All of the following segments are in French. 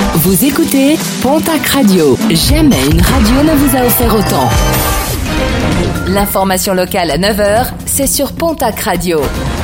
Vous écoutez Pontac Radio. Jamais une radio ne vous a offert autant. L'information locale à 9h, c'est sur Pontac Radio.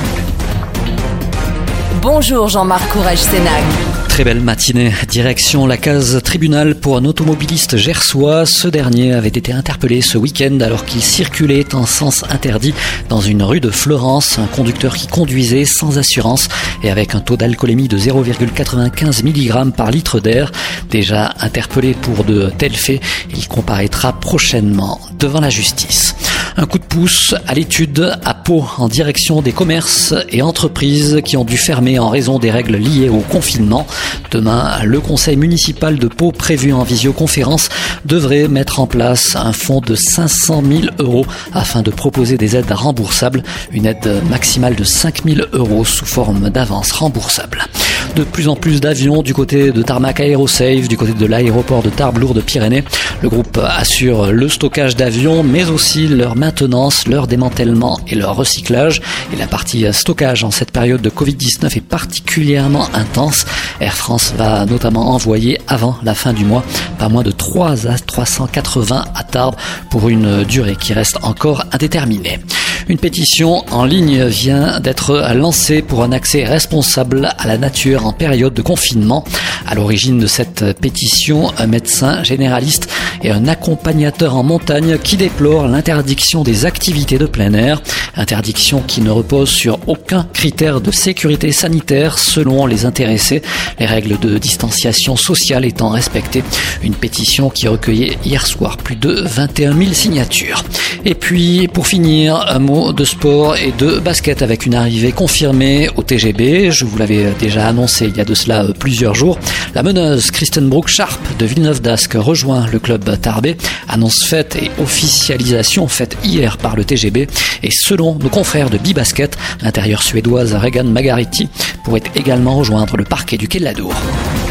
Bonjour Jean-Marc Courage-Sénac. Très belle matinée. Direction la case tribunal pour un automobiliste gersois. Ce dernier avait été interpellé ce week-end alors qu'il circulait en sens interdit dans une rue de Florence. Un conducteur qui conduisait sans assurance et avec un taux d'alcoolémie de 0,95 mg par litre d'air. Déjà interpellé pour de tels faits, il comparaîtra prochainement devant la justice. Un coup de pouce à l'étude à Pau en direction des commerces et entreprises qui ont dû fermer en raison des règles liées au confinement. Demain, le conseil municipal de Pau, prévu en visioconférence, devrait mettre en place un fonds de 500 000 € afin de proposer des aides remboursables, une aide maximale de 5 000 € sous forme d'avance remboursable. De plus en plus d'avions du côté de Tarmac Aerosafe, du côté de l'aéroport de Tarbes-Lourdes-Pyrénées. Le groupe assure le stockage d'avions, mais aussi leur maintenance, leur démantèlement et leur recyclage. Et la partie stockage en cette période de Covid-19 est particulièrement intense. Air France va notamment envoyer avant la fin du mois pas moins de 3 à 380 à Tarbes pour une durée qui reste encore indéterminée. Une pétition en ligne vient d'être lancée pour un accès responsable à la nature en période de confinement. À l'origine de cette pétition, un médecin généraliste et un accompagnateur en montagne qui déplorent l'interdiction des activités de plein air. Interdiction qui ne repose sur aucun critère de sécurité sanitaire selon les intéressés, les règles de distanciation sociale étant respectées. Une pétition qui recueillait hier soir plus de 21 000 signatures. Et puis, pour finir, un mot de sport et de basket avec une arrivée confirmée au TGB. Je vous l'avais déjà annoncé il y a de cela plusieurs jours. La meneuse Kristen Brooke-Sharp de Villeneuve d'Ascq rejoint le club tarbais. Annonce faite et officialisation faite hier par le TGB. Et selon nos confrères de Bibasket, l'intérieure suédoise Regan Margaretti pourrait également rejoindre le parquet du Quai de la Dour.